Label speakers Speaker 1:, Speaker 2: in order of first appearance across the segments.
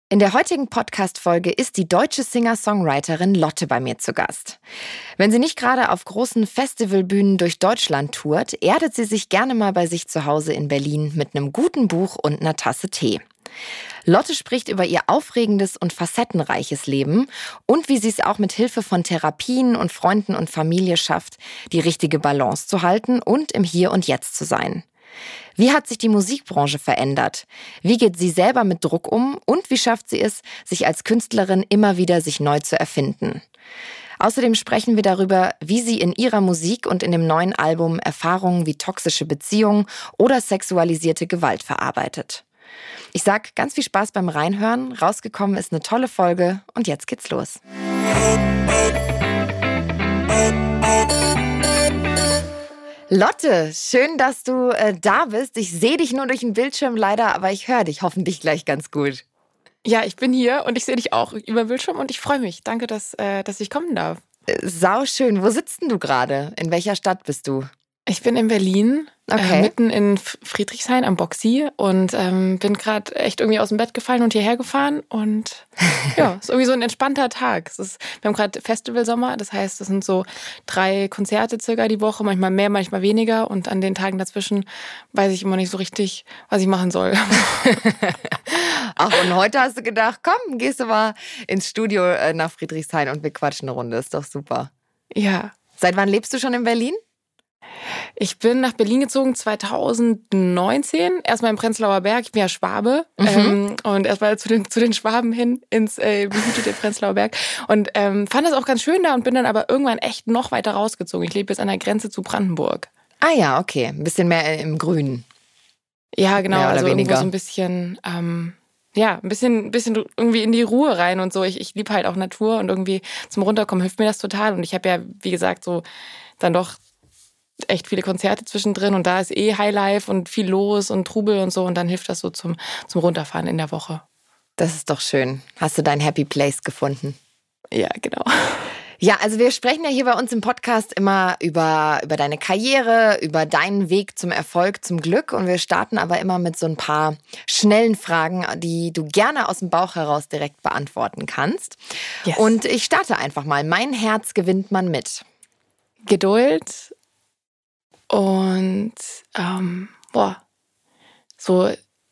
Speaker 1: In der heutigen Podcast-Folge ist die deutsche Singer-Songwriterin Lotte bei mir zu Gast. Wenn sie nicht gerade auf großen Festivalbühnen durch Deutschland tourt, erdet sie sich gerne mal bei sich zu Hause in Berlin mit einem guten Buch und einer Tasse Tee. Lotte spricht über ihr aufregendes und facettenreiches Leben und wie sie es auch mit Hilfe von Therapien und Freunden und Familie schafft, die richtige Balance zu halten und im Hier und Jetzt zu sein. Wie hat sich die Musikbranche verändert? Wie geht sie selber mit Druck um? Und wie schafft sie es, sich als Künstlerin immer wieder sich neu zu erfinden? Außerdem sprechen wir darüber, wie sie in ihrer Musik und in dem neuen Album Erfahrungen wie toxische Beziehungen oder sexualisierte Gewalt verarbeitet. Ich sag ganz viel Spaß beim Reinhören. Rausgekommen ist eine tolle Folge und jetzt geht's los. Lotte, schön, dass du da bist. Ich sehe dich nur durch den Bildschirm leider, aber ich höre dich hoffentlich gleich ganz gut.
Speaker 2: Ja, ich bin hier und ich sehe dich auch über den Bildschirm und ich freue mich. Danke, dass ich kommen darf.
Speaker 1: Sau schön. Wo sitzt denn du gerade? In welcher Stadt bist du?
Speaker 2: Ich bin in Berlin, mitten in Friedrichshain am Boxy und bin gerade echt irgendwie aus dem Bett gefallen und hierher gefahren und ja, ist irgendwie so ein entspannter Tag. Wir haben gerade Festivalsommer, das heißt, es sind so 3 Konzerte circa die Woche, manchmal mehr, manchmal weniger und an den Tagen dazwischen weiß ich immer nicht so richtig, was ich machen soll.
Speaker 1: Ach, und heute hast du gedacht, komm, gehst du mal ins Studio nach Friedrichshain und wir quatschen eine Runde, ist doch super.
Speaker 2: Ja.
Speaker 1: Seit wann lebst du schon in Berlin?
Speaker 2: Ich bin nach Berlin gezogen 2019, erstmal im Prenzlauer Berg, ich bin ja Schwabe und erstmal zu den Schwaben hin ins behütete Prenzlauer Berg und fand das auch ganz schön da und bin dann aber irgendwann echt noch weiter rausgezogen. Ich lebe jetzt an der Grenze zu Brandenburg.
Speaker 1: Ah ja, okay, ein bisschen mehr im Grünen.
Speaker 2: Ja, genau,
Speaker 1: mehr oder
Speaker 2: also
Speaker 1: weniger.
Speaker 2: irgendwo so ein bisschen, ein bisschen irgendwie in die Ruhe rein und so. Ich liebe halt auch Natur und irgendwie zum Runterkommen hilft mir das total und ich habe ja, wie gesagt, so dann doch echt viele Konzerte zwischendrin und da ist Highlife und viel los und Trubel und so und dann hilft das so zum Runterfahren in der Woche.
Speaker 1: Das ist doch schön. Hast du dein Happy Place gefunden?
Speaker 2: Ja, genau.
Speaker 1: Ja, also wir sprechen ja hier bei uns im Podcast immer über deine Karriere, über deinen Weg zum Erfolg, zum Glück und wir starten aber immer mit so ein paar schnellen Fragen, die du gerne aus dem Bauch heraus direkt beantworten kannst.
Speaker 2: Yes.
Speaker 1: Und ich starte einfach mal. Mein Herz gewinnt man mit
Speaker 2: Geduld und so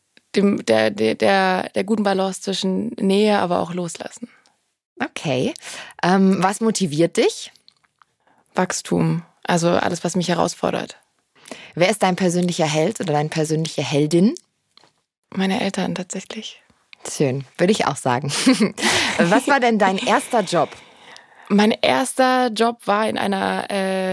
Speaker 2: der guten Balance zwischen Nähe, aber auch Loslassen.
Speaker 1: Okay. Was motiviert dich?
Speaker 2: Wachstum, also alles, was mich herausfordert.
Speaker 1: Wer ist dein persönlicher Held oder deine persönliche Heldin?
Speaker 2: Meine Eltern tatsächlich.
Speaker 1: Schön, würde ich auch sagen. Was war denn dein erster Job?
Speaker 2: Mein erster Job war in einer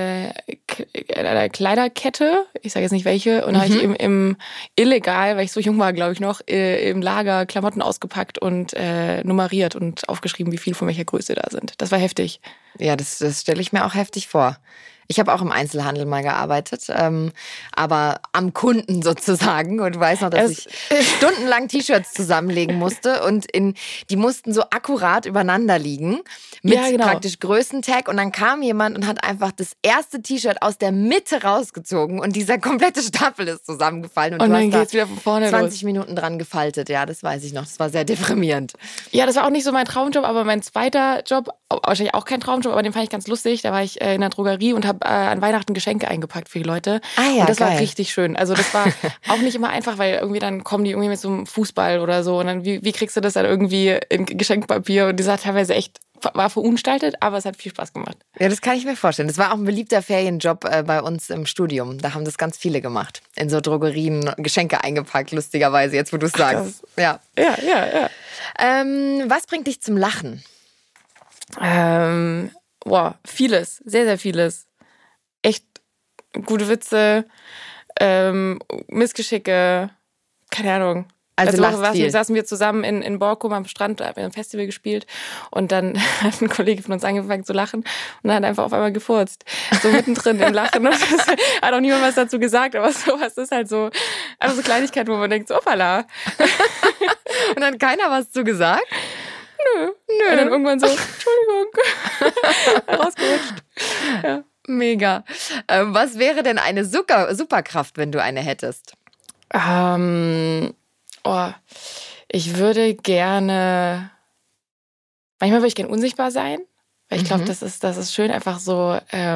Speaker 2: Kleiderkette, ich sage jetzt nicht welche, und habe ich im illegal, weil ich so jung war, glaube ich noch, im Lager Klamotten ausgepackt und nummeriert und aufgeschrieben, wie viel von welcher Größe da sind. Das war heftig.
Speaker 1: Ja, das stelle ich mir auch heftig vor. Ich habe auch im Einzelhandel mal gearbeitet, aber am Kunden sozusagen. Und weiß noch, dass ich stundenlang T-Shirts zusammenlegen musste und die mussten so akkurat übereinander liegen mit praktisch Größentag. Und dann kam jemand und hat einfach das erste T-Shirt aus der Mitte rausgezogen und dieser komplette Stapel ist zusammengefallen. Und
Speaker 2: dann
Speaker 1: du hast
Speaker 2: geht's wieder von vorne
Speaker 1: 20 Minuten dran gefaltet. Ja, das weiß ich noch. Das war sehr deprimierend.
Speaker 2: Ja, das war auch nicht so mein Traumjob, aber mein zweiter Job, wahrscheinlich auch kein Traumjob, aber den fand ich ganz lustig. Da war ich in der Drogerie und habe an Weihnachten Geschenke eingepackt für die Leute.
Speaker 1: Ah ja,
Speaker 2: und das
Speaker 1: geil.
Speaker 2: war richtig schön. Also das war auch nicht immer einfach, weil irgendwie dann kommen die irgendwie mit so einem Fußball oder so und dann wie kriegst du das dann irgendwie in Geschenkpapier und die sah teilweise echt, war verunstaltet, aber es hat viel Spaß gemacht.
Speaker 1: Ja, das kann ich mir vorstellen. Das war auch ein beliebter Ferienjob bei uns im Studium. Da haben das ganz viele gemacht. In so Drogerien Geschenke eingepackt, lustigerweise, jetzt wo du es sagst. Ja. Was bringt dich zum Lachen?
Speaker 2: Vieles, sehr, sehr vieles. Echt gute Witze, Missgeschicke, keine Ahnung.
Speaker 1: Also
Speaker 2: Letzte Woche saßen wir zusammen in Borkum am Strand, da haben wir ein Festival gespielt und dann hat ein Kollege von uns angefangen zu lachen und dann hat einfach auf einmal gefurzt. So mittendrin im Lachen. Und das hat auch niemand was dazu gesagt, aber sowas ist halt so, einfach so Kleinigkeit, wo man denkt, so, hoppala.
Speaker 1: Und dann keiner was zu gesagt?
Speaker 2: Nö. Und dann irgendwann so, Entschuldigung, rausgerutscht. Ja.
Speaker 1: Mega. Was wäre denn eine Superkraft, wenn du eine hättest?
Speaker 2: Ich würde gerne, manchmal würde ich gerne unsichtbar sein, weil ich glaube, das ist schön, einfach so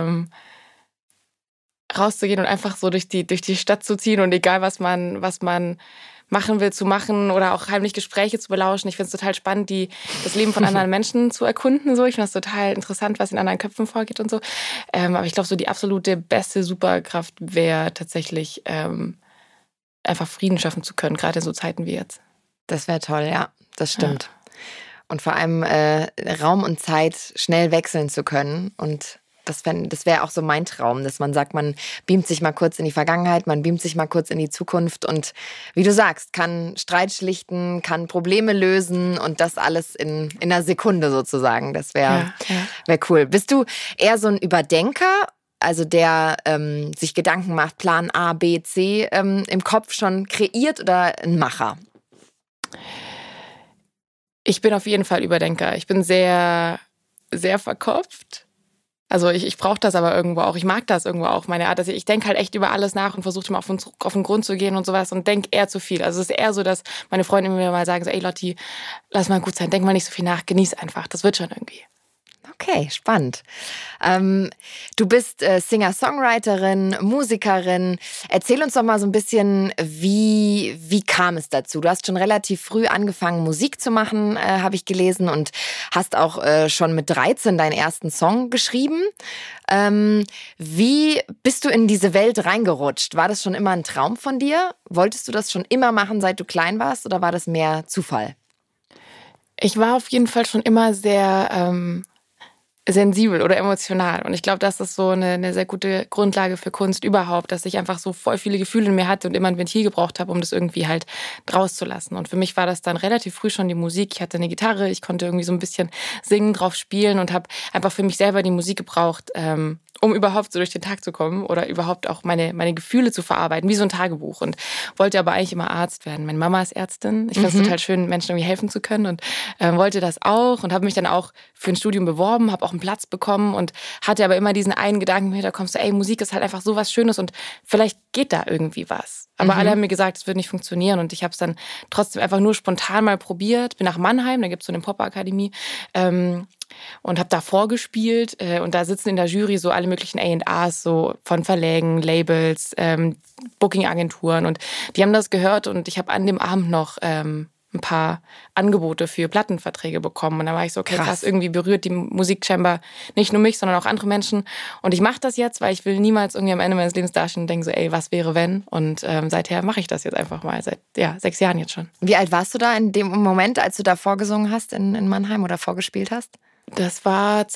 Speaker 2: rauszugehen und einfach so durch die Stadt zu ziehen und egal, was man machen will, zu machen oder auch heimlich Gespräche zu belauschen. Ich finde es total spannend, das Leben von anderen Menschen zu erkunden. So. Ich finde es total interessant, was in anderen Köpfen vorgeht und so. Aber ich glaube, so die absolute beste Superkraft wäre tatsächlich einfach Frieden schaffen zu können, gerade in so Zeiten wie jetzt.
Speaker 1: Das wäre toll, ja, das stimmt. Ja. Und vor allem Raum und Zeit schnell wechseln zu können. Und das wäre auch so mein Traum, dass man sagt, man beamt sich mal kurz in die Vergangenheit, man beamt sich mal kurz in die Zukunft und wie du sagst, kann Streit schlichten, kann Probleme lösen und das alles in einer Sekunde sozusagen. Das wäre cool. Bist du eher so ein Überdenker, also der sich Gedanken macht, Plan A, B, C im Kopf schon kreiert oder ein Macher?
Speaker 2: Ich bin auf jeden Fall Überdenker. Ich bin sehr, sehr verkopft. Also ich brauche das aber irgendwo auch. Ich mag das irgendwo auch, meine Art. Also ich denke halt echt über alles nach und versuche mal auf den Grund zu gehen und sowas und denke eher zu viel. Also es ist eher so, dass meine Freunde mir mal sagen so, ey Lotti, lass mal gut sein, denk mal nicht so viel nach, genieß einfach. Das wird schon irgendwie.
Speaker 1: Okay, spannend. Du bist Singer-Songwriterin, Musikerin. Erzähl uns doch mal so ein bisschen, wie kam es dazu? Du hast schon relativ früh angefangen, Musik zu machen, habe ich gelesen, und hast auch schon mit 13 deinen ersten Song geschrieben. Wie bist du in diese Welt reingerutscht? War das schon immer ein Traum von dir? Wolltest du das schon immer machen, seit du klein warst, oder war das mehr Zufall?
Speaker 2: Ich war auf jeden Fall schon immer sehr sensibel oder emotional. Und ich glaube, das ist so eine sehr gute Grundlage für Kunst überhaupt, dass ich einfach so voll viele Gefühle in mir hatte und immer ein Ventil gebraucht habe, um das irgendwie halt rauszulassen. Und für mich war das dann relativ früh schon die Musik. Ich hatte eine Gitarre, ich konnte irgendwie so ein bisschen singen, drauf spielen und habe einfach für mich selber die Musik gebraucht, um überhaupt so durch den Tag zu kommen oder überhaupt auch meine Gefühle zu verarbeiten, wie so ein Tagebuch. Und wollte aber eigentlich immer Arzt werden. Meine Mama ist Ärztin. Ich finde es total schön, Menschen irgendwie helfen zu können und wollte das auch und habe mich dann auch für ein Studium beworben, habe auch einen Platz bekommen und hatte aber immer diesen einen Gedanken, da kommst du, ey, Musik ist halt einfach so was Schönes und vielleicht geht da irgendwie was. Aber alle haben mir gesagt, es wird nicht funktionieren und ich habe es dann trotzdem einfach nur spontan mal probiert. Bin nach Mannheim, da gibt es so eine Pop-Akademie, und habe da vorgespielt und da sitzen in der Jury so alle möglichen A&Rs, so von Verlägen, Labels, Booking-Agenturen und die haben das gehört und ich habe an dem Abend noch ein paar Angebote für Plattenverträge bekommen und da war ich so, okay, krass, irgendwie berührt die Musik scheinbar nicht nur mich, sondern auch andere Menschen und ich mache das jetzt, weil ich will niemals irgendwie am Ende meines Lebens dastehen und denke so, ey, was wäre wenn? Und seither mache ich das jetzt einfach mal, seit 6 Jahren jetzt schon.
Speaker 1: Wie alt warst du da in dem Moment, als du da vorgesungen hast in Mannheim oder vorgespielt hast?
Speaker 2: Das war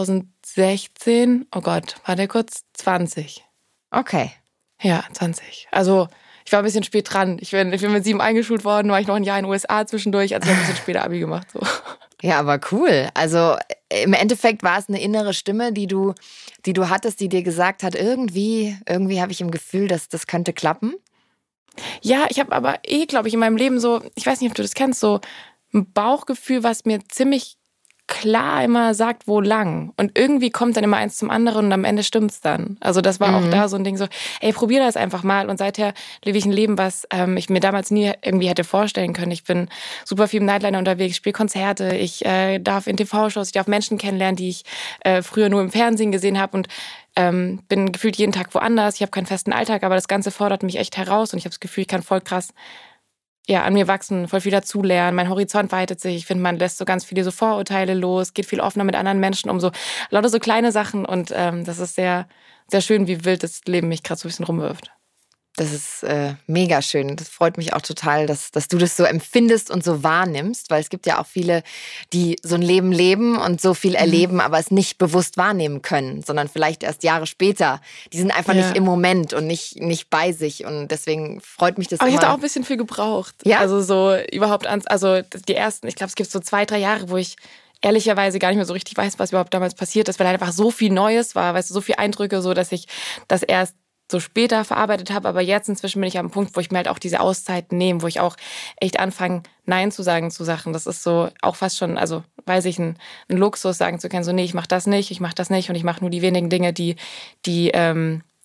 Speaker 2: 2016, oh Gott, war der kurz 20.
Speaker 1: Okay.
Speaker 2: Ja, 20. Also ich war ein bisschen spät dran. Ich bin mit 7 eingeschult worden, war ich noch ein Jahr in den USA zwischendurch, also ich habe ein bisschen später Abi gemacht. So.
Speaker 1: Ja, aber cool. Also im Endeffekt war es eine innere Stimme, die du hattest, die dir gesagt hat, irgendwie habe ich im Gefühl, dass das könnte klappen.
Speaker 2: Ja, ich habe aber glaube ich, in meinem Leben so, ich weiß nicht, ob du das kennst, so ein Bauchgefühl, was mir ziemlich klar immer sagt, wo lang. Und irgendwie kommt dann immer eins zum anderen und am Ende stimmt's dann. Also das war auch da so ein Ding so, ey, probier das einfach mal. Und seither lebe ich ein Leben, was ich mir damals nie irgendwie hätte vorstellen können. Ich bin super viel im Nightliner unterwegs, spiele Konzerte, ich darf in TV-Shows, ich darf Menschen kennenlernen, die ich früher nur im Fernsehen gesehen habe und bin gefühlt jeden Tag woanders. Ich habe keinen festen Alltag, aber das Ganze fordert mich echt heraus und ich habe das Gefühl, ich kann voll krass an mir wachsen, voll viel dazulernen, mein Horizont weitet sich. Ich finde, man lässt so ganz viele so Vorurteile los, geht viel offener mit anderen Menschen um so lauter so kleine Sachen und das ist sehr, sehr schön, wie wild das Leben mich gerade so ein bisschen rumwirft.
Speaker 1: Das ist mega schön. Das freut mich auch total, dass du das so empfindest und so wahrnimmst, weil es gibt ja auch viele, die so ein Leben leben und so viel erleben, aber es nicht bewusst wahrnehmen können, sondern vielleicht erst Jahre später. Die sind einfach nicht im Moment und nicht bei sich und deswegen freut mich das
Speaker 2: aber
Speaker 1: immer.
Speaker 2: Aber ich hatte auch ein bisschen viel gebraucht.
Speaker 1: Ja?
Speaker 2: Also so überhaupt, also die ersten, ich glaube, es gibt so 2, 3 Jahre, wo ich ehrlicherweise gar nicht mehr so richtig weiß, was überhaupt damals passiert ist, weil halt einfach so viel Neues war, weißt du, so viele Eindrücke, so dass ich das erst so später verarbeitet habe, aber jetzt inzwischen bin ich am Punkt, wo ich mir halt auch diese Auszeiten nehme, wo ich auch echt anfange, Nein zu sagen zu Sachen. Das ist so auch fast schon, also weiß ich, ein Luxus sagen zu können, so nee, ich mache das nicht und ich mache nur die wenigen Dinge, die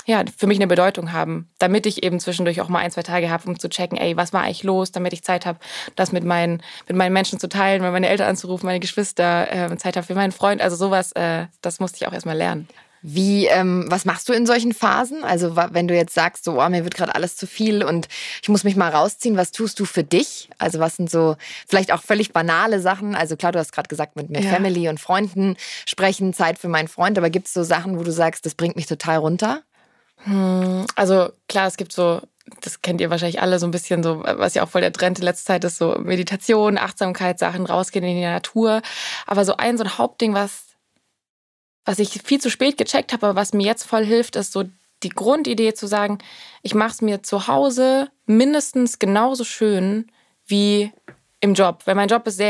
Speaker 2: für mich eine Bedeutung haben, damit ich eben zwischendurch auch mal 1, 2 Tage habe, um zu checken, ey, was war eigentlich los, damit ich Zeit habe, das mit meinen Menschen zu teilen, meine Eltern anzurufen, meine Geschwister, Zeit habe für meinen Freund, also sowas, das musste ich auch erstmal lernen.
Speaker 1: Was machst du in solchen Phasen? Also wenn du jetzt sagst, so, mir wird gerade alles zu viel und ich muss mich mal rausziehen, was tust du für dich? Also was sind so vielleicht auch völlig banale Sachen? Also klar, du hast gerade gesagt, mit Family und Freunden sprechen, Zeit für meinen Freund, aber gibt es so Sachen, wo du sagst, das bringt mich total runter?
Speaker 2: Also klar, es gibt so, das kennt ihr wahrscheinlich alle, so ein bisschen so, was ja auch voll der Trend in letzter Zeit ist, so Meditation, Achtsamkeit, Sachen, rausgehen in die Natur. Aber so ein Hauptding, was ich viel zu spät gecheckt habe, aber was mir jetzt voll hilft, ist so die Grundidee zu sagen, ich mache es mir zu Hause mindestens genauso schön wie im Job. Weil mein Job ist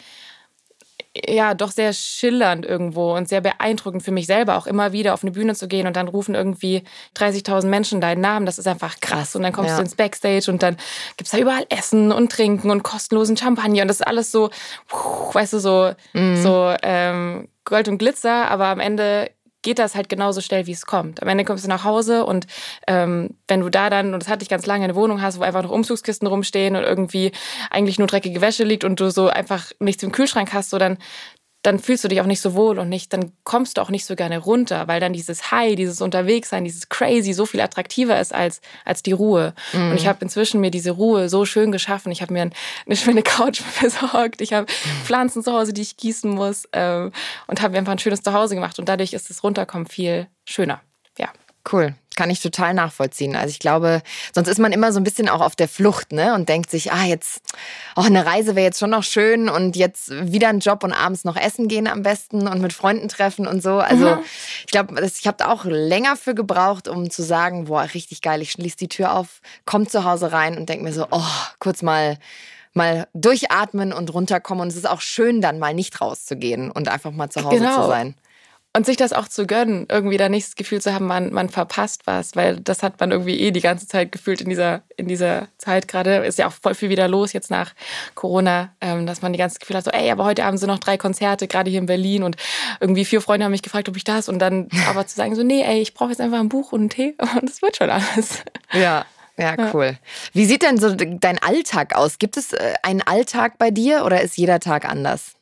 Speaker 2: doch sehr schillernd irgendwo und sehr beeindruckend für mich selber, auch immer wieder auf eine Bühne zu gehen und dann rufen irgendwie 30.000 Menschen deinen Namen. Das ist einfach krass. Und dann kommst du ins Backstage und dann gibt's da überall Essen und Trinken und kostenlosen Champagner und das ist alles so, weißt du, so Gold und Glitzer, aber am Ende geht das halt genauso schnell, wie es kommt. Am Ende kommst du nach Hause und wenn du da dann, und das hatte ich ganz lange, eine Wohnung hast, wo einfach noch Umzugskisten rumstehen und irgendwie eigentlich nur dreckige Wäsche liegt und du so einfach nichts im Kühlschrank hast, so dann fühlst du dich auch nicht so wohl und dann kommst du auch nicht so gerne runter, weil dann dieses High, dieses Unterwegssein, dieses Crazy so viel attraktiver ist als die Ruhe. Mhm. Und ich habe inzwischen mir diese Ruhe so schön geschaffen. Ich habe mir eine schöne Couch besorgt. Ich habe Pflanzen zu Hause, die ich gießen muss und habe mir einfach ein schönes Zuhause gemacht. Und dadurch ist das Runterkommen viel schöner. Ja.
Speaker 1: Cool, kann ich total nachvollziehen. Also ich glaube, sonst ist man immer so ein bisschen auch auf der Flucht, ne? Und denkt sich, eine Reise wäre jetzt schon noch schön und jetzt wieder ein Job und abends noch essen gehen am besten und mit Freunden treffen und so. Also ich glaube, ich habe da auch länger für gebraucht, um zu sagen, richtig geil, ich schließe die Tür auf, komm zu Hause rein und denke mir so, kurz mal durchatmen und runterkommen. Und es ist auch schön, dann mal nicht rauszugehen und einfach mal zu Hause zu sein.
Speaker 2: Und sich das auch zu gönnen, irgendwie da nicht das Gefühl zu haben, man verpasst was, weil das hat man irgendwie die ganze Zeit gefühlt in dieser Zeit gerade. Ist ja auch voll viel wieder los jetzt nach Corona, dass man die ganze Gefühl hat, so, aber heute Abend sind noch 3 Konzerte, gerade hier in Berlin und irgendwie 4 Freunde haben mich gefragt, ob ich das und dann aber zu sagen so, nee, ich brauche jetzt einfach ein Buch und einen Tee und das wird schon alles.
Speaker 1: Ja, cool. Wie sieht denn so dein Alltag aus? Gibt es einen Alltag bei dir oder ist jeder Tag anders?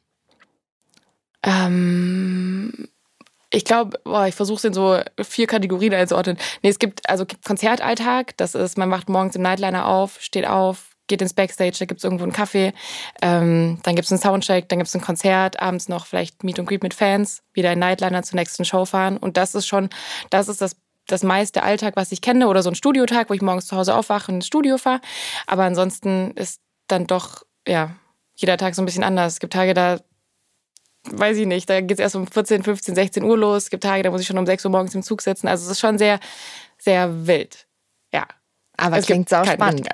Speaker 2: Ich glaube, ich versuche es in so 4 Kategorien einzuordnen. Nee, es gibt Konzertalltag. Das ist, man wacht morgens im Nightliner auf, steht auf, geht ins Backstage, da gibt es irgendwo einen Kaffee. Dann gibt es einen Soundcheck, dann gibt es ein Konzert, abends noch vielleicht Meet and Greet mit Fans, wieder in Nightliner zur nächsten Show fahren. Und das ist das meiste Alltag, was ich kenne. Oder so ein Studiotag, wo ich morgens zu Hause aufwache und ins Studio fahre. Aber ansonsten ist dann doch, jeder Tag so ein bisschen anders. Es gibt Tage, da weiß ich nicht, da geht es erst um 14, 15, 16 Uhr los. Es gibt Tage, da muss ich schon um 6 Uhr morgens im Zug sitzen. Also es ist schon sehr, sehr wild. Ja.
Speaker 1: Aber es klingt sau spannend.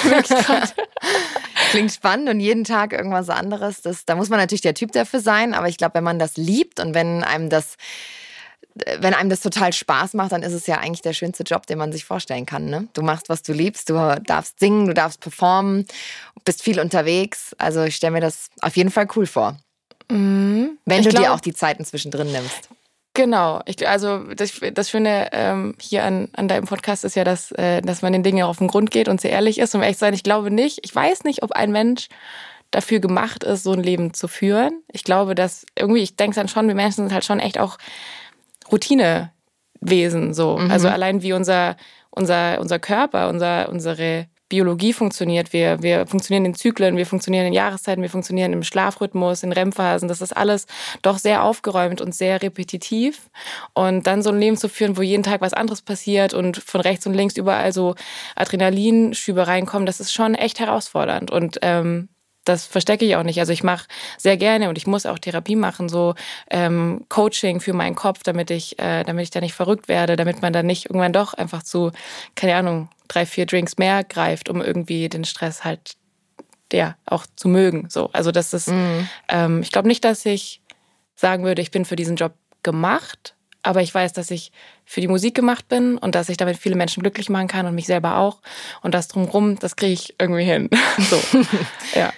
Speaker 1: Klingt spannend und jeden Tag irgendwas anderes. Da muss man natürlich der Typ dafür sein. Aber ich glaube, wenn man das liebt und wenn einem das total Spaß macht, dann ist es ja eigentlich der schönste Job, den man sich vorstellen kann. Ne? Du machst, was du liebst, du darfst singen, du darfst performen, bist viel unterwegs. Also ich stelle mir das auf jeden Fall cool vor. Wenn du dir auch die Zeiten zwischendrin nimmst.
Speaker 2: Genau. Das Schöne hier an deinem Podcast ist ja, dass man den Dingen auf den Grund geht und sehr ehrlich ist. Um ehrlich zu sein, ich weiß nicht, ob ein Mensch dafür gemacht ist, so ein Leben zu führen. Ich glaube, dass ich denke dann schon, wir Menschen sind halt schon echt auch Routinewesen. So. Also allein wie unser Körper, unsere Biologie funktioniert. Wir funktionieren in Zyklen, wir funktionieren in Jahreszeiten, wir funktionieren im Schlafrhythmus, in REM-Phasen. Das ist alles doch sehr aufgeräumt und sehr repetitiv. Und dann so ein Leben zu führen, wo jeden Tag was anderes passiert und von rechts und links überall so Adrenalinschübe reinkommen, das ist schon echt herausfordernd. Und das verstecke ich auch nicht. Also ich mache sehr gerne und ich muss auch Therapie machen, so Coaching für meinen Kopf, damit ich da nicht verrückt werde, damit man dann nicht irgendwann doch einfach zu, keine Ahnung, 3, 4 Drinks mehr greift, um irgendwie den Stress halt auch zu mögen. So, also das ist, ich glaube nicht, dass ich sagen würde, ich bin für diesen Job gemacht, aber ich weiß, dass ich für die Musik gemacht bin und dass ich damit viele Menschen glücklich machen kann und mich selber auch. Und das drumherum, das kriege ich irgendwie hin. So, ja.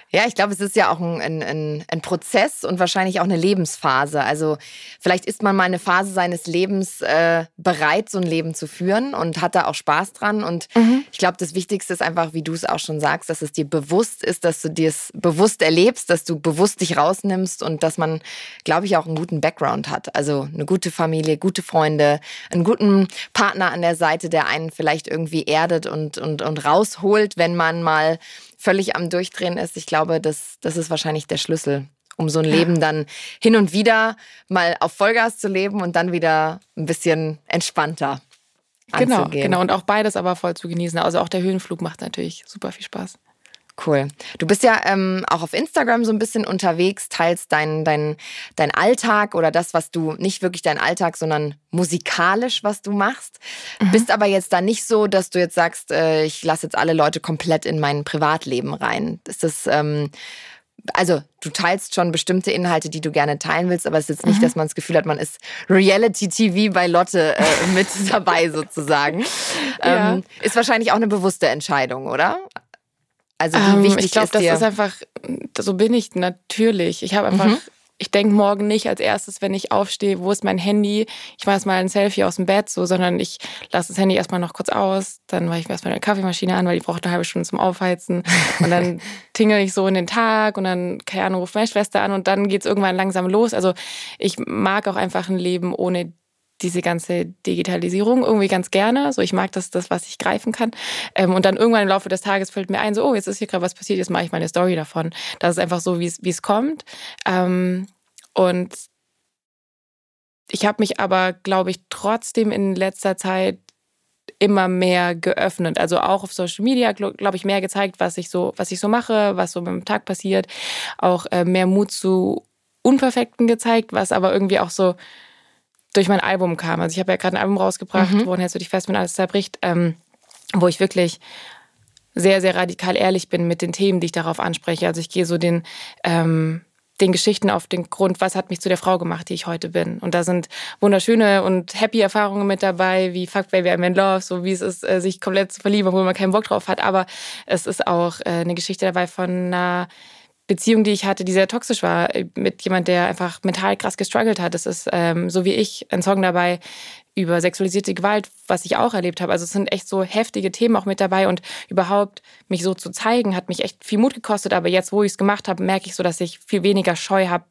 Speaker 1: Ja, ich glaube, es ist ja auch ein Prozess und wahrscheinlich auch eine Lebensphase. Also vielleicht ist man mal eine Phase seines Lebens bereit, so ein Leben zu führen und hat da auch Spaß dran. Und ich glaube, das Wichtigste ist einfach, wie du es auch schon sagst, dass es dir bewusst ist, dass du dir es bewusst erlebst, dass du bewusst dich rausnimmst und dass man, glaube ich, auch einen guten Background hat. Also eine gute Familie, gute Freunde, einen guten Partner an der Seite, der einen vielleicht irgendwie erdet und rausholt, wenn man mal völlig am Durchdrehen ist. Ich glaube, das ist wahrscheinlich der Schlüssel, um so ein Leben dann hin und wieder mal auf Vollgas zu leben und dann wieder ein bisschen entspannter anzugehen.
Speaker 2: Genau. Und auch beides aber voll zu genießen. Also auch der Höhenflug macht natürlich super viel Spaß.
Speaker 1: Cool. Du bist ja auch auf Instagram so ein bisschen unterwegs, teilst dein Alltag oder das, was du, nicht wirklich dein Alltag, sondern musikalisch, was du machst. Bist aber jetzt da nicht so, dass du jetzt sagst, ich lasse jetzt alle Leute komplett in mein Privatleben rein. Ist das, also du teilst schon bestimmte Inhalte, die du gerne teilen willst, aber es ist jetzt nicht, dass man das Gefühl hat, man ist Reality-TV bei Lotte mit dabei sozusagen.
Speaker 2: Ja.
Speaker 1: Ist wahrscheinlich auch eine bewusste Entscheidung, oder? Also wie wichtig
Speaker 2: ich glaube,
Speaker 1: ist dir?
Speaker 2: Das ist einfach, so bin ich natürlich. Ich habe einfach, ich denke morgen nicht als erstes, wenn ich aufstehe, wo ist mein Handy? Ich mache jetzt mal ein Selfie aus dem Bett, so, sondern ich lasse das Handy erstmal noch kurz aus, dann mache ich mir erstmal eine Kaffeemaschine an, weil die braucht eine halbe Stunde zum Aufheizen und dann tingle ich so in den Tag und dann, keine Ahnung, rufe meine Schwester an und dann geht's irgendwann langsam los. Also ich mag auch einfach ein Leben ohne diese ganze Digitalisierung irgendwie ganz gerne. So, ich mag das, was ich greifen kann. Und dann irgendwann im Laufe des Tages fällt mir ein, so, oh, jetzt ist hier gerade was passiert, jetzt mache ich meine Story davon. Das ist einfach so, wie es kommt. Und ich habe mich aber, glaube ich, trotzdem in letzter Zeit immer mehr geöffnet. Also auch auf Social Media, glaube ich, mehr gezeigt, was ich so mache, was so mit dem Tag passiert. Auch mehr Mut zu Unperfekten gezeigt, was aber irgendwie auch so durch mein Album kam. Also ich habe ja gerade ein Album rausgebracht, Woran hältst du dich fest, wenn alles zerbricht, wo ich wirklich sehr, sehr radikal ehrlich bin mit den Themen, die ich darauf anspreche. Also ich gehe so den Geschichten auf den Grund, was hat mich zu der Frau gemacht, die ich heute bin. Und da sind wunderschöne und happy Erfahrungen mit dabei, wie Fuck Baby I'm in Love, so wie es ist, sich komplett zu verlieben, obwohl man keinen Bock drauf hat. Aber es ist auch eine Geschichte dabei von einer Beziehung, die ich hatte, die sehr toxisch war, mit jemand, der einfach mental krass gestruggelt hat. Es ist so wie ich, ein Song dabei über sexualisierte Gewalt, was ich auch erlebt habe. Also es sind echt so heftige Themen auch mit dabei und überhaupt mich so zu zeigen, hat mich echt viel Mut gekostet. Aber jetzt, wo ich es gemacht habe, merke ich so, dass ich viel weniger Scheu habe,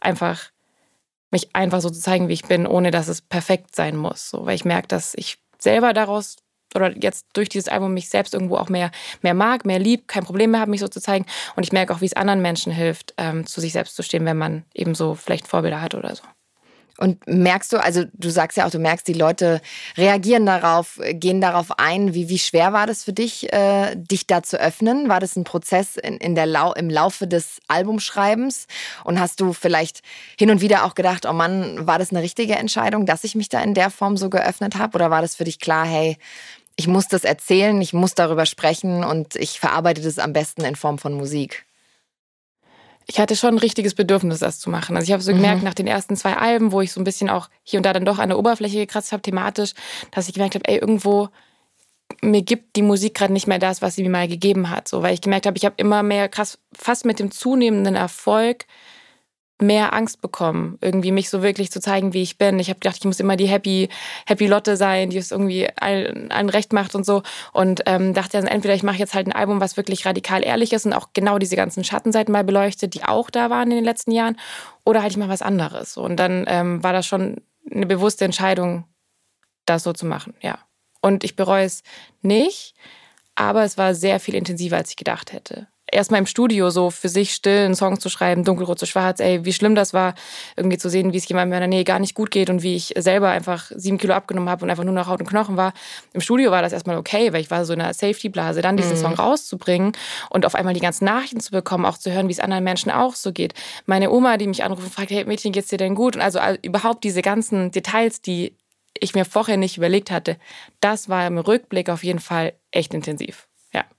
Speaker 2: mich einfach so zu zeigen, wie ich bin, ohne dass es perfekt sein muss. So, weil ich merke, dass ich selber daraus oder jetzt durch dieses Album mich selbst irgendwo auch mehr mag, mehr lieb, kein Problem mehr habe, mich so zu zeigen. Und ich merke auch, wie es anderen Menschen hilft, zu sich selbst zu stehen, wenn man eben so vielleicht Vorbilder hat oder so.
Speaker 1: Und merkst du, also du sagst ja auch, du merkst, die Leute reagieren darauf, gehen darauf ein. Wie schwer war das für dich, dich da zu öffnen? War das ein Prozess im Laufe des Albumschreibens? Und hast du vielleicht hin und wieder auch gedacht, oh Mann, war das eine richtige Entscheidung, dass ich mich da in der Form so geöffnet habe? Oder war das für dich klar, hey, ich muss das erzählen, ich muss darüber sprechen und ich verarbeite das am besten in Form von Musik?
Speaker 2: Ich hatte schon ein richtiges Bedürfnis, das zu machen. Also ich habe so gemerkt, nach den ersten 2 Alben, wo ich so ein bisschen auch hier und da dann doch an der Oberfläche gekratzt habe, thematisch, dass ich gemerkt habe, ey, irgendwo, mir gibt die Musik gerade nicht mehr das, was sie mir mal gegeben hat. So, weil ich gemerkt habe, ich habe immer mehr krass, fast mit dem zunehmenden Erfolg, mehr Angst bekommen, irgendwie mich so wirklich zu zeigen, wie ich bin. Ich habe gedacht, ich muss immer die Happy Lotte sein, die es irgendwie allen recht macht und so. Und dachte dann, entweder ich mache jetzt halt ein Album, was wirklich radikal ehrlich ist und auch genau diese ganzen Schattenseiten mal beleuchtet, die auch da waren in den letzten Jahren, oder halt ich mache was anderes. Und dann war das schon eine bewusste Entscheidung, das so zu machen, ja. Und ich bereue es nicht, aber es war sehr viel intensiver, als ich gedacht hätte. Erstmal im Studio so für sich still einen Song zu schreiben, dunkelrot zu schwarz, ey, wie schlimm das war, irgendwie zu sehen, wie es jemandem in meiner Nähe gar nicht gut geht und wie ich selber einfach 7 Kilo abgenommen habe und einfach nur noch Haut und Knochen war. Im Studio war das erstmal okay, weil ich war so in einer Safety-Blase, dann diesen Song rauszubringen und auf einmal die ganzen Nachrichten zu bekommen, auch zu hören, wie es anderen Menschen auch so geht. Meine Oma, die mich anruft und fragt, hey Mädchen, geht's dir denn gut? Und also überhaupt diese ganzen Details, die ich mir vorher nicht überlegt hatte, das war im Rückblick auf jeden Fall echt intensiv.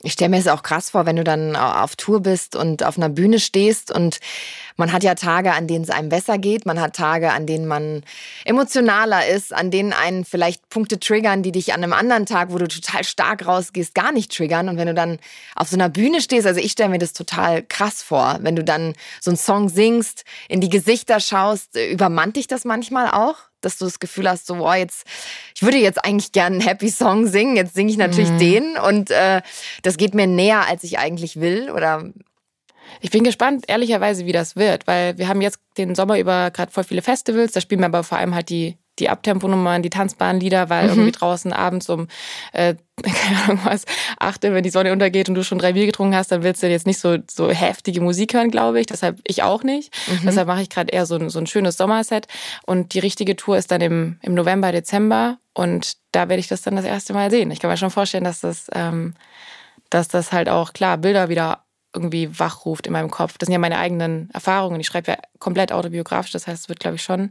Speaker 1: Ich stelle mir es auch krass vor, wenn du dann auf Tour bist und auf einer Bühne stehst und man hat ja Tage, an denen es einem besser geht, man hat Tage, an denen man emotionaler ist, an denen einen vielleicht Punkte triggern, die dich an einem anderen Tag, wo du total stark rausgehst, gar nicht triggern. Und wenn du dann auf so einer Bühne stehst, also ich stelle mir das total krass vor, wenn du dann so einen Song singst, in die Gesichter schaust, übermannt dich das manchmal auch? Dass du das Gefühl hast, so, ich würde jetzt eigentlich gerne einen Happy Song singen, jetzt singe ich natürlich den und das geht mir näher, als ich eigentlich will, oder?
Speaker 2: Ich bin gespannt, ehrlicherweise, wie das wird, weil wir haben jetzt den Sommer über gerade voll viele Festivals, da spielen wir aber vor allem halt die Abtempo-Nummern, die tanzbaren Lieder, weil irgendwie draußen abends um, keine Ahnung was, 8 Uhr, wenn die Sonne untergeht und du schon 3 Bier getrunken hast, dann willst du jetzt nicht so heftige Musik hören, glaube ich. Deshalb ich auch nicht. Deshalb mache ich gerade eher so ein schönes Sommerset. Und die richtige Tour ist dann im November, Dezember. Und da werde ich das dann das erste Mal sehen. Ich kann mir schon vorstellen, dass das halt auch, klar, Bilder wieder irgendwie wachruft in meinem Kopf. Das sind ja meine eigenen Erfahrungen. Ich schreibe ja komplett autobiografisch. Das heißt, es wird, glaube ich, schon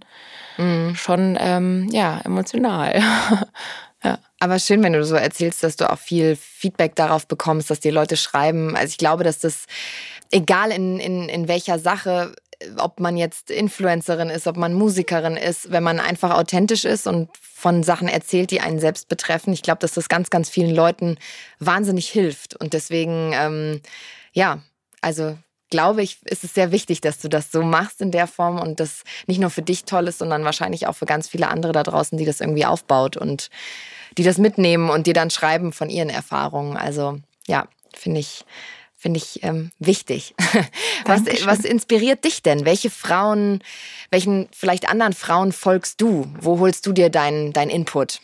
Speaker 2: emotional. Ja.
Speaker 1: Aber schön, wenn du so erzählst, dass du auch viel Feedback darauf bekommst, dass dir Leute schreiben. Also ich glaube, dass das, egal in welcher Sache, ob man jetzt Influencerin ist, ob man Musikerin ist, wenn man einfach authentisch ist und von Sachen erzählt, die einen selbst betreffen, ich glaube, dass das ganz, ganz vielen Leuten wahnsinnig hilft. Und deswegen, also glaube ich, ist es sehr wichtig, dass du das so machst in der Form und das nicht nur für dich toll ist, sondern wahrscheinlich auch für ganz viele andere da draußen, die das irgendwie aufbaut und die das mitnehmen und dir dann schreiben von ihren Erfahrungen. Also ja, finde ich wichtig. Was inspiriert dich denn? Welchen vielleicht anderen Frauen folgst du? Wo holst du dir dein Input?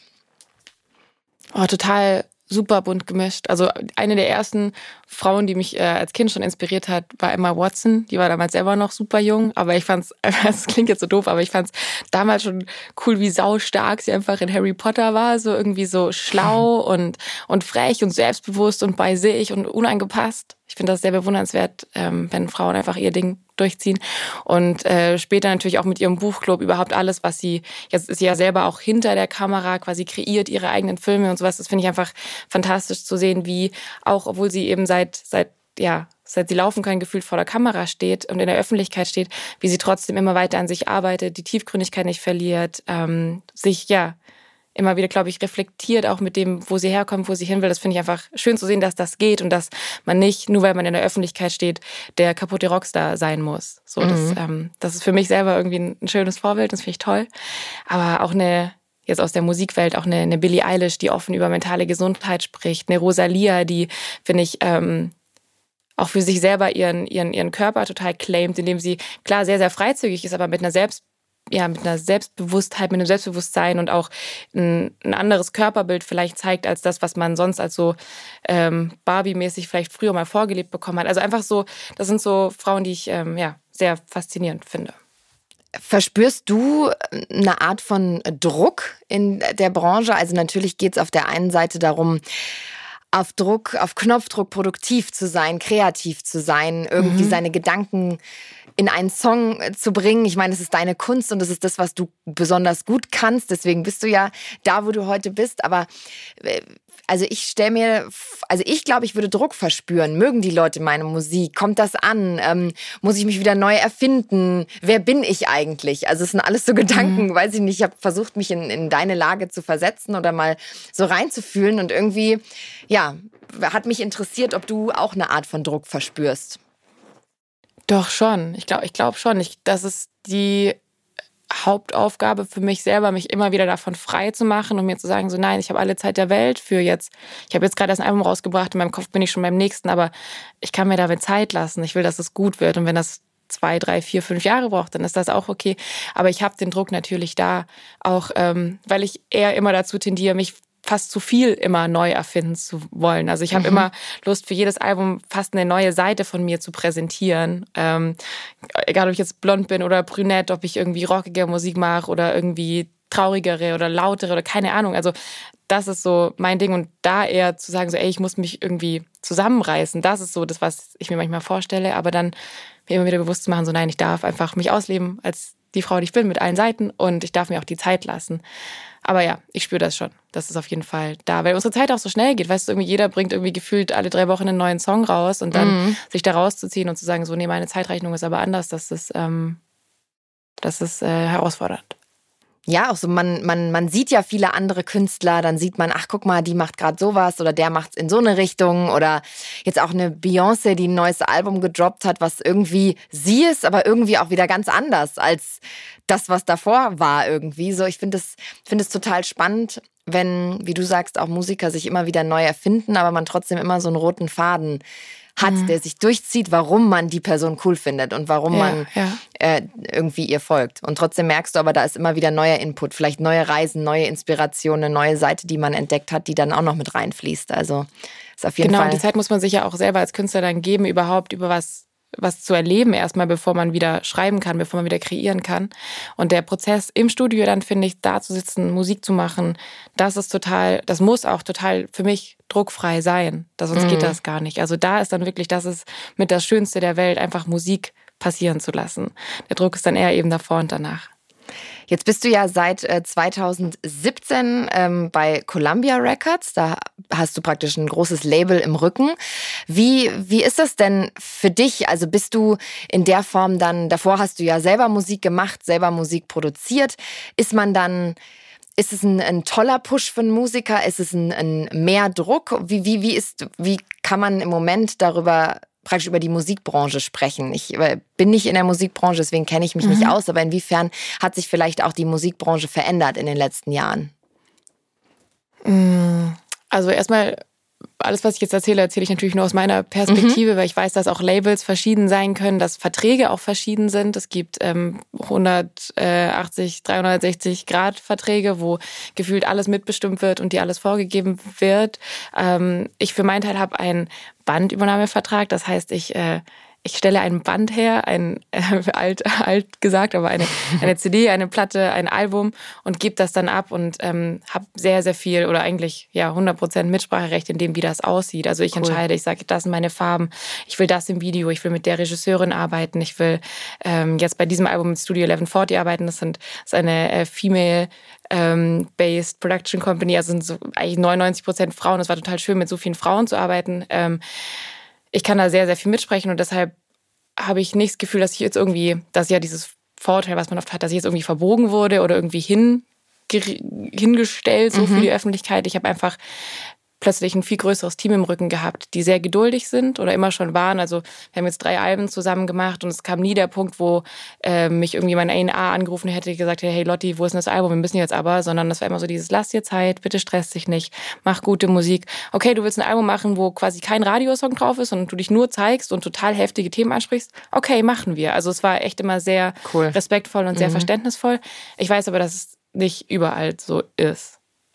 Speaker 2: Oh, total super bunt gemischt. Also eine der ersten Frauen, die mich als Kind schon inspiriert hat, war Emma Watson. Die war damals selber noch super jung, aber ich fand's, das klingt jetzt so doof, aber ich fand's damals schon cool, wie saustark sie einfach in Harry Potter war. So irgendwie so schlau und frech und selbstbewusst und bei sich und unangepasst. Ich finde das sehr bewundernswert, wenn Frauen einfach ihr Ding durchziehen. Und später natürlich auch mit ihrem Buchclub überhaupt alles, was sie, jetzt ist sie ja selber auch hinter der Kamera quasi kreiert, ihre eigenen Filme und sowas. Das finde ich einfach fantastisch zu sehen, wie auch, obwohl sie eben seit sie laufen können, gefühlt vor der Kamera steht und in der Öffentlichkeit steht, wie sie trotzdem immer weiter an sich arbeitet, die Tiefgründigkeit nicht verliert, sich immer wieder, glaube ich, reflektiert, auch mit dem, wo sie herkommt, wo sie hin will. Das finde ich einfach schön zu sehen, dass das geht und dass man nicht, nur weil man in der Öffentlichkeit steht, der kaputte Rockstar sein muss. So, das ist für mich selber irgendwie ein schönes Vorbild, das finde ich toll. Aber auch jetzt aus der Musikwelt, auch eine Billie Eilish, die offen über mentale Gesundheit spricht, eine Rosalia, die, finde ich, auch für sich selber ihren Körper total claimt, indem sie, klar, sehr, sehr freizügig ist, aber mit einer Selbstbewusstheit, mit einem Selbstbewusstsein und auch ein anderes Körperbild vielleicht zeigt, als das, was man sonst als so Barbie-mäßig vielleicht früher mal vorgelebt bekommen hat. Also einfach so, das sind so Frauen, die ich sehr faszinierend finde.
Speaker 1: Verspürst du eine Art von Druck in der Branche? Also natürlich geht es auf der einen Seite darum, auf Knopfdruck produktiv zu sein, kreativ zu sein, irgendwie seine Gedanken in einen Song zu bringen. Ich meine, es ist deine Kunst und es ist das, was du besonders gut kannst. Deswegen bist du ja da, wo du heute bist. Aber ich glaube, ich würde Druck verspüren. Mögen die Leute meine Musik? Kommt das an? Muss ich mich wieder neu erfinden? Wer bin ich eigentlich? Also es sind alles so Gedanken, weiß ich nicht. Ich habe versucht, mich in deine Lage zu versetzen oder mal so reinzufühlen. Und irgendwie, hat mich interessiert, ob du auch eine Art von Druck verspürst.
Speaker 2: Doch schon. Ich glaube schon. Das ist die Hauptaufgabe für mich selber, mich immer wieder davon frei zu machen und mir zu sagen, so nein, ich habe alle Zeit der Welt für jetzt. Ich habe jetzt gerade das Album rausgebracht, in meinem Kopf bin ich schon beim nächsten, aber ich kann mir damit Zeit lassen. Ich will, dass es gut wird und wenn das 2, 3, 4, 5 Jahre braucht, dann ist das auch okay. Aber ich habe den Druck natürlich da, auch weil ich eher immer dazu tendiere, mich fast zu viel immer neu erfinden zu wollen. Also ich habe immer Lust, für jedes Album fast eine neue Seite von mir zu präsentieren. Egal, ob ich jetzt blond bin oder brünett, ob ich irgendwie rockige Musik mache oder irgendwie traurigere oder lautere oder keine Ahnung. Also das ist so mein Ding. Und da eher zu sagen, so ich muss mich irgendwie zusammenreißen. Das ist so das, was ich mir manchmal vorstelle. Aber dann mir immer wieder bewusst zu machen, so nein, ich darf einfach mich ausleben als die Frau, die ich bin, mit allen Seiten und ich darf mir auch die Zeit lassen. Aber ja, ich spüre das schon. Das ist auf jeden Fall da, weil unsere Zeit auch so schnell geht. Weißt du, irgendwie jeder bringt irgendwie gefühlt alle 3 Wochen einen neuen Song raus und dann sich da rauszuziehen und zu sagen, so, nee, meine Zeitrechnung ist aber anders, das ist herausfordernd.
Speaker 1: Ja, auch so, man sieht ja viele andere Künstler, dann sieht man, ach guck mal, die macht gerade sowas oder der macht's in so eine Richtung oder jetzt auch eine Beyoncé, die ein neues Album gedroppt hat, was irgendwie sie ist, aber irgendwie auch wieder ganz anders als das, was davor war irgendwie. So, ich finde es total spannend, wenn, wie du sagst, auch Musiker sich immer wieder neu erfinden, aber man trotzdem immer so einen roten Faden hat, der sich durchzieht, warum man die Person cool findet und warum man irgendwie ihr folgt. Und trotzdem merkst du aber, da ist immer wieder neuer Input, vielleicht neue Reisen, neue Inspirationen, eine neue Seite, die man entdeckt hat, die dann auch noch mit reinfließt. Also ist auf jeden Fall...
Speaker 2: Genau, die Zeit muss man sich ja auch selber als Künstler dann geben, überhaupt über was zu erleben erstmal, bevor man wieder schreiben kann, bevor man wieder kreieren kann. Und der Prozess im Studio dann, finde ich, da zu sitzen, Musik zu machen, das muss auch total für mich druckfrei sein. Sonst geht das gar nicht. Also da ist dann wirklich, das ist mit das Schönste der Welt, einfach Musik passieren zu lassen. Der Druck ist dann eher eben davor und danach.
Speaker 1: Jetzt bist du ja seit 2017 bei Columbia Records. Da hast du praktisch ein großes Label im Rücken. Wie ist das denn für dich? Also bist du in der Form dann, davor hast du ja selber Musik gemacht, selber Musik produziert. Ist es ein toller Push für einen Musiker? Ist es ein mehr Druck? Wie kann man im Moment praktisch über die Musikbranche sprechen? Ich bin nicht in der Musikbranche, deswegen kenne ich mich nicht aus, aber inwiefern hat sich vielleicht auch die Musikbranche verändert in den letzten Jahren?
Speaker 2: Also erstmal, alles, was ich jetzt erzähle ich natürlich nur aus meiner Perspektive, weil ich weiß, dass auch Labels verschieden sein können, dass Verträge auch verschieden sind. Es gibt 180, 360 Grad Verträge, wo gefühlt alles mitbestimmt wird und dir alles vorgegeben wird. Ich für meinen Teil habe einen Bandübernahmevertrag. Das heißt, ich stelle ein Band her, alt gesagt, aber eine CD, eine Platte, ein Album und gebe das dann ab und habe sehr, sehr viel oder eigentlich 100% Mitspracherecht in dem, wie das aussieht. Also ich entscheide, ich sage, das sind meine Farben, ich will das im Video, ich will mit der Regisseurin arbeiten, ich will jetzt bei diesem Album mit Studio 1140 arbeiten. Das ist eine Female-based Production Company, also sind so eigentlich 99% Frauen. Es war total schön, mit so vielen Frauen zu arbeiten. Ich kann da sehr, sehr viel mitsprechen und deshalb habe ich nicht das Gefühl, dass dass ja dieses Vorurteil, was man oft hat, dass ich jetzt irgendwie verbogen wurde oder irgendwie hingestellt so für die Öffentlichkeit. Ich habe einfach plötzlich ein viel größeres Team im Rücken gehabt, die sehr geduldig sind oder immer schon waren. Also wir haben jetzt 3 Alben zusammen gemacht und es kam nie der Punkt, wo mich irgendwie mein A&R angerufen hätte, gesagt, hey Lotti, wo ist denn das Album? Wir müssen jetzt aber, sondern das war immer so dieses, lass dir Zeit, bitte stress dich nicht, mach gute Musik. Okay, du willst ein Album machen, wo quasi kein Radiosong drauf ist und du dich nur zeigst und total heftige Themen ansprichst. Okay, machen wir. Also es war echt immer sehr respektvoll und sehr verständnisvoll. Ich weiß aber, dass es nicht überall so ist.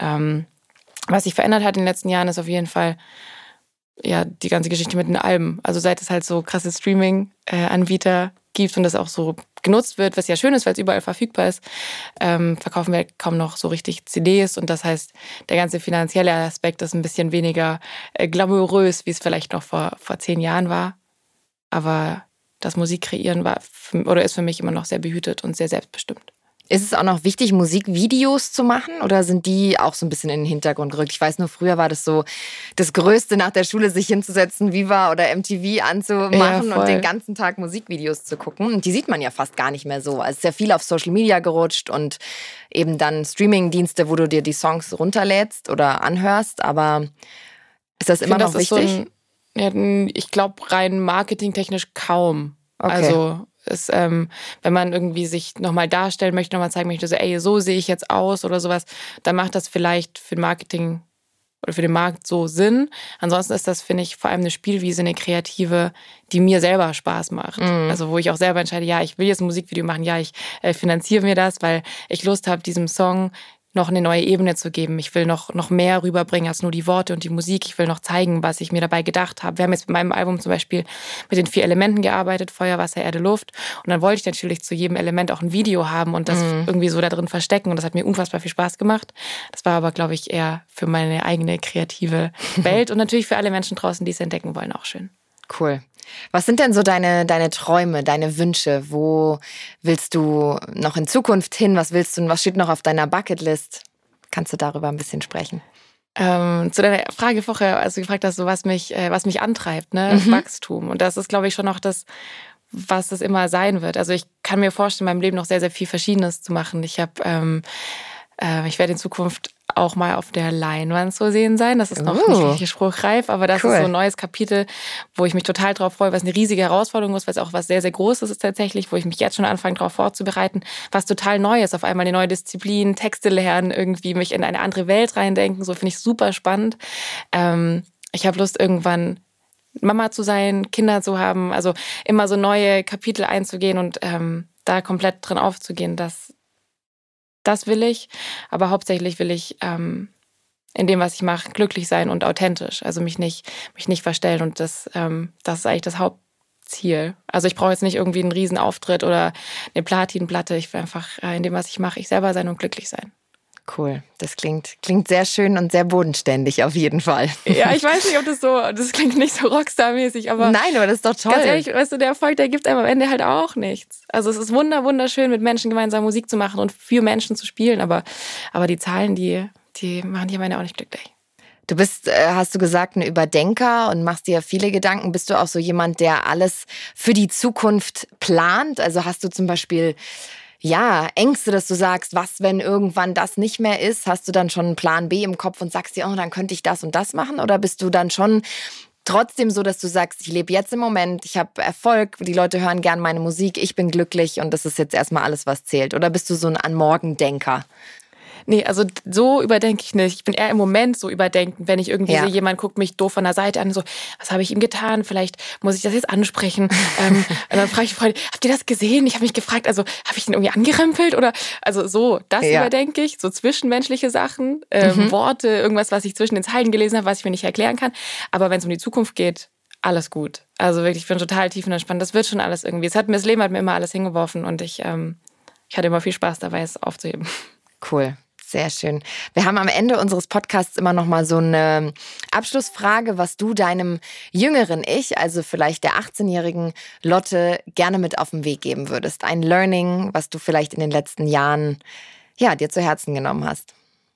Speaker 2: Was sich verändert hat in den letzten Jahren, ist auf jeden Fall die ganze Geschichte mit den Alben. Also seit es halt so krasse Streaming-Anbieter gibt und das auch so genutzt wird, was ja schön ist, weil es überall verfügbar ist, verkaufen wir kaum noch so richtig CDs. Und das heißt, der ganze finanzielle Aspekt ist ein bisschen weniger glamourös, wie es vielleicht noch vor 10 Jahren war. Aber das Musikkreieren ist für mich immer noch sehr behütet und sehr selbstbestimmt.
Speaker 1: Ist es auch noch wichtig, Musikvideos zu machen oder sind die auch so ein bisschen in den Hintergrund gerückt? Ich weiß nur, früher war das so das Größte nach der Schule, sich hinzusetzen, Viva oder MTV anzumachen und den ganzen Tag Musikvideos zu gucken. Und die sieht man ja fast gar nicht mehr so. Also es ist ja viel auf Social Media gerutscht und eben dann Streaming-Dienste, wo du dir die Songs runterlädst oder anhörst. Aber ist das immer noch wichtig?
Speaker 2: Ich glaube, rein marketingtechnisch kaum.
Speaker 1: Okay.
Speaker 2: Also wenn man irgendwie sich nochmal darstellen möchte, nochmal zeigen möchte, so sehe ich jetzt aus oder sowas, dann macht das vielleicht für Marketing oder für den Markt so Sinn. Ansonsten ist das, finde ich, vor allem eine Spielwiese, eine kreative, die mir selber Spaß macht. Also wo ich auch selber entscheide, ich will jetzt ein Musikvideo machen, ich finanziere mir das, weil ich Lust habe, diesem Song noch eine neue Ebene zu geben. Ich will noch mehr rüberbringen als nur die Worte und die Musik. Ich will noch zeigen, was ich mir dabei gedacht habe. Wir haben jetzt bei meinem Album zum Beispiel mit den 4 Elementen gearbeitet, Feuer, Wasser, Erde, Luft. Und dann wollte ich natürlich zu jedem Element auch ein Video haben und das irgendwie so da drin verstecken. Und das hat mir unfassbar viel Spaß gemacht. Das war aber, glaube ich, eher für meine eigene kreative Welt und natürlich für alle Menschen draußen, die es entdecken wollen, auch schön.
Speaker 1: Cool. Was sind denn so deine Träume, deine Wünsche? Wo willst du noch in Zukunft hin? Was willst du und was steht noch auf deiner Bucketlist? Kannst du darüber ein bisschen sprechen?
Speaker 2: Zu deiner Frage vorher, als du gefragt hast, so was mich antreibt, ne? Wachstum. Und das ist, glaube ich, schon noch das, was es immer sein wird. Also ich kann mir vorstellen, in meinem Leben noch sehr, sehr viel Verschiedenes zu machen. Ich werde in Zukunft auch mal auf der Leinwand zu sehen sein. Das ist noch nicht richtig spruchreif, aber das ist so ein neues Kapitel, wo ich mich total drauf freue, was eine riesige Herausforderung ist, weil es auch was sehr, sehr Großes ist tatsächlich, wo ich mich jetzt schon anfange, darauf vorzubereiten, was total Neues, auf einmal eine neue Disziplin, Texte lernen, irgendwie mich in eine andere Welt reindenken, so finde ich super spannend. Ich habe Lust, irgendwann Mama zu sein, Kinder zu haben, also immer so neue Kapitel einzugehen und da komplett drin aufzugehen, das will ich, aber hauptsächlich will ich in dem, was ich mache, glücklich sein und authentisch. Also mich nicht verstellen und das ist eigentlich das Hauptziel. Also ich brauche jetzt nicht irgendwie einen Riesenauftritt oder eine Platinplatte. Ich will einfach in dem, was ich mache, ich selber sein und glücklich sein.
Speaker 1: Cool. Das klingt sehr schön und sehr bodenständig auf jeden Fall.
Speaker 2: Ja, ich weiß nicht, ob das klingt nicht so Rockstar-mäßig, aber...
Speaker 1: Nein, aber das ist doch toll.
Speaker 2: Ganz ehrlich, weißt du, der Erfolg, der gibt einem am Ende halt auch nichts. Also es ist wunderschön, mit Menschen gemeinsam Musik zu machen und für Menschen zu spielen, aber die Zahlen, die machen die am Ende auch nicht glücklich.
Speaker 1: Du bist, hast du gesagt, ein Überdenker und machst dir viele Gedanken. Bist du auch so jemand, der alles für die Zukunft plant? Also hast du zum Beispiel... Ängste, dass du sagst, was, wenn irgendwann das nicht mehr ist? Hast du dann schon einen Plan B im Kopf und sagst dir, dann könnte ich das und das machen? Oder bist du dann schon trotzdem so, dass du sagst, ich lebe jetzt im Moment, ich habe Erfolg, die Leute hören gern meine Musik, ich bin glücklich und das ist jetzt erstmal alles, was zählt? Oder bist du so ein An-Morgen-Denker?
Speaker 2: Nee, also so überdenke ich nicht. Ich bin eher im Moment so überdenken, wenn ich irgendwie sehe, jemand guckt mich doof von der Seite an, so, was habe ich ihm getan? Vielleicht muss ich das jetzt ansprechen. Und dann frage ich die Freunde, habt ihr das gesehen? Ich habe mich gefragt, also habe ich ihn irgendwie angerempelt? Oder also so, das überdenke ich, so zwischenmenschliche Sachen, Worte, irgendwas, was ich zwischen den Zeilen gelesen habe, was ich mir nicht erklären kann. Aber wenn es um die Zukunft geht, alles gut. Also wirklich, ich bin total tiefenentspannt. Das wird schon alles irgendwie. Das Leben hat mir immer alles hingeworfen und ich hatte immer viel Spaß dabei, es aufzuheben.
Speaker 1: Cool. Sehr schön. Wir haben am Ende unseres Podcasts immer noch mal so eine Abschlussfrage, was du deinem jüngeren Ich, also vielleicht der 18-jährigen Lotte, gerne mit auf den Weg geben würdest. Ein Learning, was du vielleicht in den letzten Jahren dir zu Herzen genommen hast.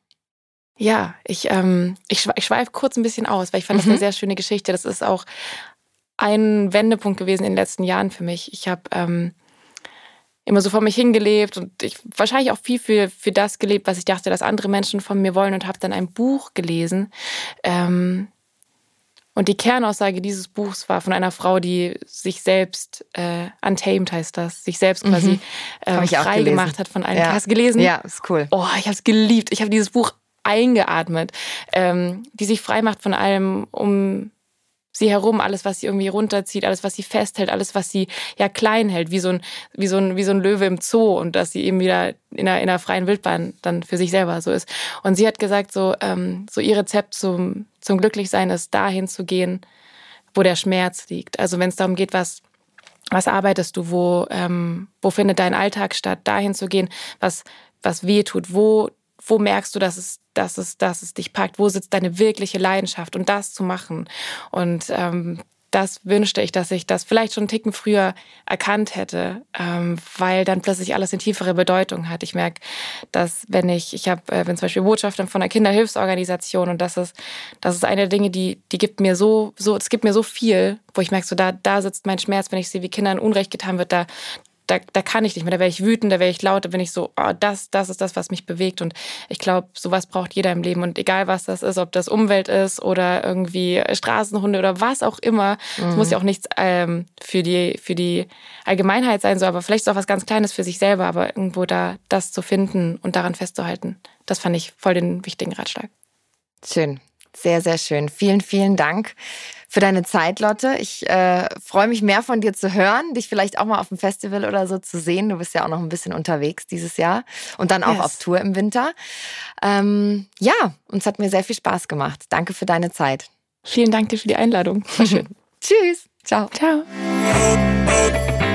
Speaker 2: Ja, ich schweife kurz ein bisschen aus, weil ich fand das eine sehr schöne Geschichte. Das ist auch ein Wendepunkt gewesen in den letzten Jahren für mich. Ich habe immer so vor mich hingelebt und ich wahrscheinlich auch viel für das gelebt, was ich dachte, dass andere Menschen von mir wollen und habe dann ein Buch gelesen. Und die Kernaussage dieses Buchs war von einer Frau, die sich selbst, untamed heißt das, sich selbst quasi frei gemacht hat von allen.
Speaker 1: Ja.
Speaker 2: Hast du gelesen?
Speaker 1: Ja, ist cool.
Speaker 2: Oh, ich habe es geliebt. Ich habe dieses Buch eingeatmet, die sich frei macht von allem um sie herum, alles, was sie irgendwie runterzieht, alles, was sie festhält, alles, was sie klein hält, wie so ein Löwe im Zoo und dass sie eben wieder in einer freien Wildbahn dann für sich selber so ist. Und sie hat gesagt, so ihr Rezept zum Glücklichsein ist, dahin zu gehen, wo der Schmerz liegt. Also wenn es darum geht, was arbeitest du, wo findet dein Alltag statt, dahin zu gehen, was weh tut, wo merkst du, dass es dich packt? Wo sitzt deine wirkliche Leidenschaft? Und das zu machen. Und das wünschte ich, dass ich das vielleicht schon einen Ticken früher erkannt hätte, weil dann plötzlich alles eine tiefere Bedeutung hat. Ich merke, dass bin zum Beispiel Botschafterin von einer Kinderhilfsorganisation und das ist eine der Dinge, die gibt mir es gibt mir so viel, wo ich merke, so da sitzt mein Schmerz, wenn ich sehe, wie Kindern Unrecht getan wird, da kann ich nicht mehr, da werde ich wütend, da werde ich laut, da bin ich so, das ist das, was mich bewegt und ich glaube, sowas braucht jeder im Leben und egal, was das ist, ob das Umwelt ist oder irgendwie Straßenhunde oder was auch immer, es muss ja auch nichts für die Allgemeinheit sein, so, aber vielleicht ist auch was ganz Kleines für sich selber, aber irgendwo da das zu finden und daran festzuhalten, das fand ich voll den wichtigen Ratschlag.
Speaker 1: Schön, sehr, sehr schön. Vielen, vielen Dank für deine Zeit, Lotte. Ich freue mich, mehr von dir zu hören, dich vielleicht auch mal auf dem Festival oder so zu sehen. Du bist ja auch noch ein bisschen unterwegs dieses Jahr und dann auch auf Tour im Winter. Uns hat mir sehr viel Spaß gemacht. Danke für deine Zeit.
Speaker 2: Vielen Dank dir für die Einladung. War schön.
Speaker 1: Tschüss. Ciao.
Speaker 2: Ciao.